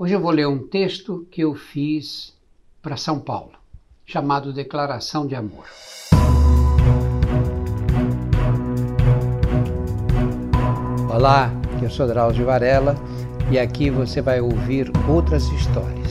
Hoje eu vou ler um texto que eu fiz para São Paulo, chamado Declaração de Amor. Olá, eu sou Drauzio Varela e aqui você vai ouvir outras histórias.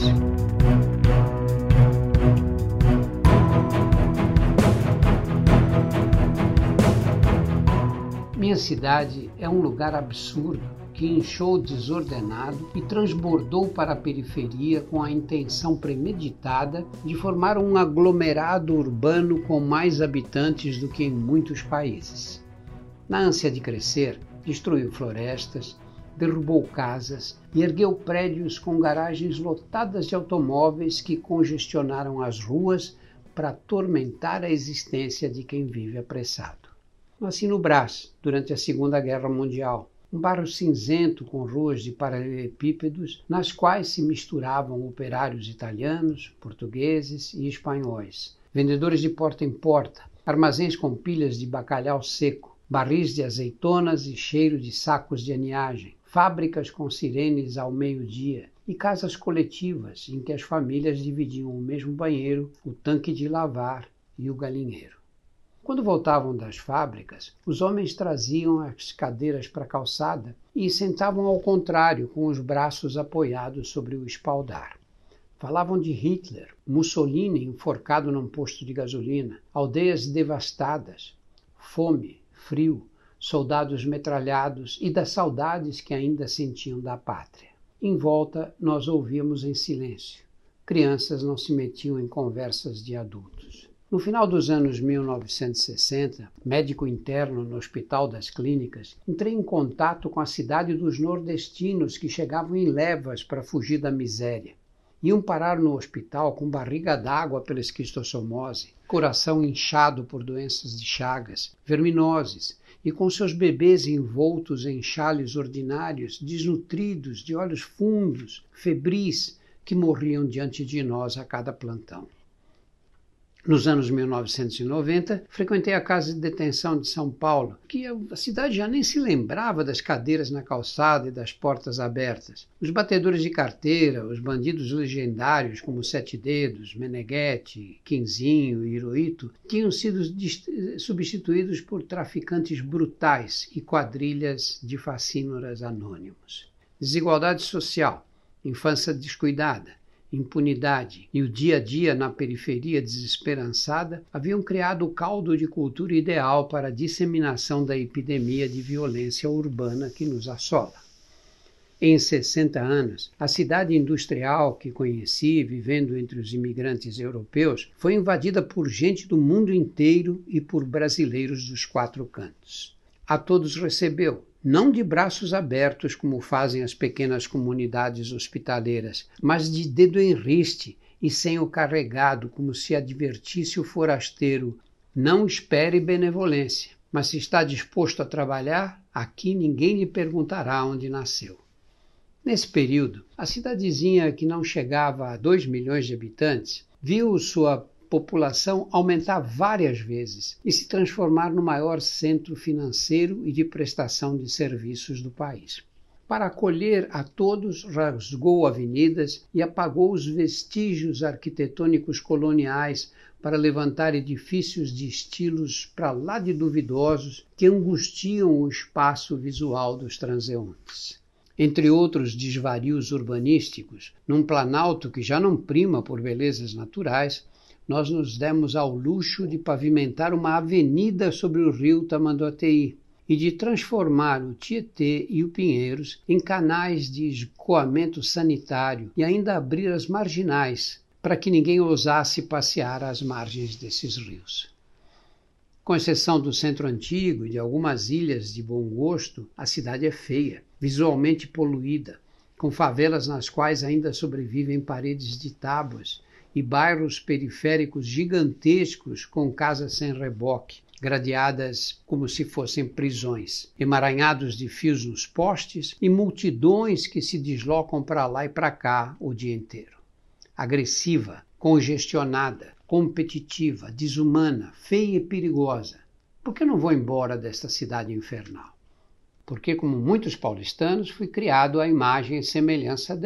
Minha cidade é um lugar absurdo que inchou desordenado e transbordou para a periferia com a intenção premeditada de formar um aglomerado urbano com mais habitantes do que em muitos países. Na ânsia de crescer, destruiu florestas, derrubou casas e ergueu prédios com garagens lotadas de automóveis que congestionaram as ruas para atormentar a existência de quem vive apressado. Nasci no Brás, durante a Segunda Guerra Mundial, um bairro cinzento com ruas de paralelepípedos, nas quais se misturavam operários italianos, portugueses e espanhóis, vendedores de porta em porta, armazéns com pilhas de bacalhau seco, barris de azeitonas e cheiro de sacos de aniagem, fábricas com sirenes ao meio-dia e casas coletivas em que as famílias dividiam o mesmo banheiro, o tanque de lavar e o galinheiro. Quando voltavam das fábricas, os homens traziam as cadeiras para a calçada e sentavam ao contrário, com os braços apoiados sobre o espaldar. Falavam de Hitler, Mussolini enforcado num posto de gasolina, aldeias devastadas, fome, frio, soldados metralhados e das saudades que ainda sentiam da pátria. Em volta, nós ouvíamos em silêncio. Crianças não se metiam em conversas de adultos. No final dos anos 1960, médico interno no Hospital das Clínicas, entrei em contato com a cidade dos nordestinos que chegavam em levas para fugir da miséria. Iam parar no hospital com barriga d'água pela esquistossomose, coração inchado por doenças de Chagas, verminoses, e com seus bebês envoltos em xales ordinários, desnutridos, de olhos fundos, febris, que morriam diante de nós a cada plantão. Nos anos 1990, frequentei a Casa de Detenção de São Paulo, que a cidade já nem se lembrava das cadeiras na calçada e das portas abertas. Os batedores de carteira, os bandidos legendários como Sete Dedos, Meneghetti, Quinzinho e Hirohito tinham sido substituídos por traficantes brutais e quadrilhas de facínoras anônimos. Desigualdade social, infância descuidada, impunidade e o dia a dia na periferia desesperançada haviam criado o caldo de cultura ideal para a disseminação da epidemia de violência urbana que nos assola. Em 60 anos, a cidade industrial que conheci, vivendo entre os imigrantes europeus, foi invadida por gente do mundo inteiro e por brasileiros dos quatro cantos. A todos recebeu, não de braços abertos como fazem as pequenas comunidades hospitaleiras, mas de dedo em riste e sem o carregado, como se advertisse o forasteiro: não espere benevolência, mas se está disposto a trabalhar, aqui ninguém lhe perguntará onde nasceu. Nesse período, a cidadezinha que não chegava a 2 milhões de habitantes viu sua população aumentar várias vezes e se transformar no maior centro financeiro e de prestação de serviços do país. Para acolher a todos, rasgou avenidas e apagou os vestígios arquitetônicos coloniais para levantar edifícios de estilos para lá de duvidosos que angustiam o espaço visual dos transeuntes. Entre outros desvarios urbanísticos, num planalto que já não prima por belezas naturais, nós nos demos ao luxo de pavimentar uma avenida sobre o rio Tamanduateí e de transformar o Tietê e o Pinheiros em canais de escoamento sanitário e ainda abrir as marginais para que ninguém ousasse passear às margens desses rios. Com exceção do centro antigo e de algumas ilhas de bom gosto, a cidade é feia, visualmente poluída, com favelas nas quais ainda sobrevivem paredes de tábuas e bairros periféricos gigantescos com casas sem reboque, gradeadas como se fossem prisões, emaranhados de fios nos postes e multidões que se deslocam para lá e para cá o dia inteiro. Agressiva, congestionada, competitiva, desumana, feia e perigosa. Por que não vou embora desta cidade infernal? Porque, como muitos paulistanos, fui criado à imagem e semelhança dela.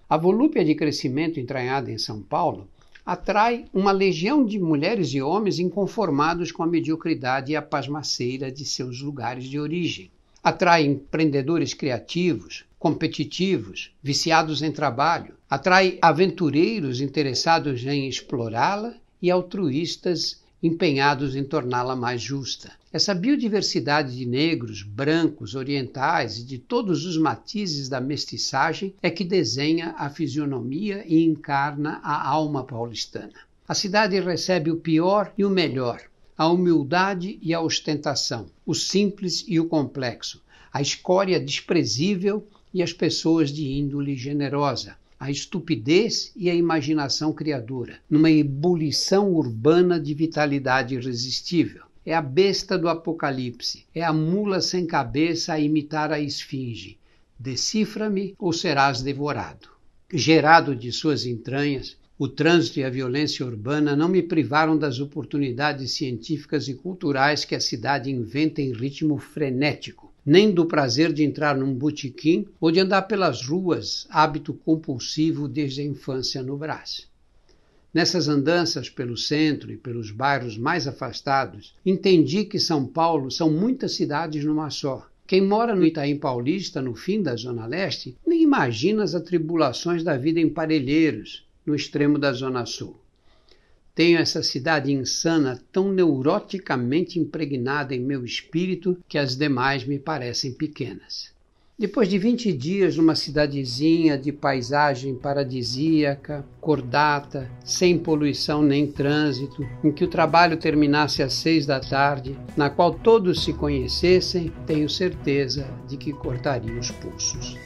A volúpia de crescimento entranhada em São Paulo atrai uma legião de mulheres e homens inconformados com a mediocridade e a pasmaceira de seus lugares de origem. Atrai empreendedores criativos, competitivos, viciados em trabalho. Atrai aventureiros interessados em explorá-la e altruístas empenhados em torná-la mais justa. Essa biodiversidade de negros, brancos, orientais e de todos os matizes da mestiçagem é que desenha a fisionomia e encarna a alma paulistana. A cidade recebe o pior e o melhor, a humildade e a ostentação, o simples e o complexo, a escória desprezível e as pessoas de índole generosa, a estupidez e a imaginação criadora, numa ebulição urbana de vitalidade irresistível. É a besta do apocalipse, é a mula sem cabeça a imitar a esfinge. Decifra-me ou serás devorado. Gerado de suas entranhas, o trânsito e a violência urbana não me privaram das oportunidades científicas e culturais que a cidade inventa em ritmo frenético, nem do prazer de entrar num botequim ou de andar pelas ruas, hábito compulsivo desde a infância no Brás. Nessas andanças pelo centro e pelos bairros mais afastados, entendi que São Paulo são muitas cidades numa só. Quem mora no Itaim Paulista, no fim da Zona Leste, nem imagina as atribulações da vida em Parelheiros, no extremo da Zona Sul. Tenho essa cidade insana tão neuroticamente impregnada em meu espírito que as demais me parecem pequenas. Depois de 20 dias numa cidadezinha de paisagem paradisíaca, cordata, sem poluição nem trânsito, em que o trabalho terminasse às 6 da tarde, na qual todos se conhecessem, tenho certeza de que cortaria os pulsos.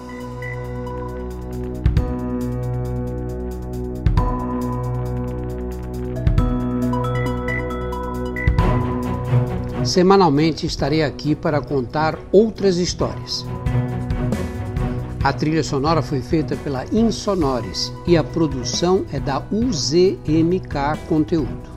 Semanalmente estarei aqui para contar outras histórias. A trilha sonora foi feita pela Insonores e a produção é da UZMK Conteúdo.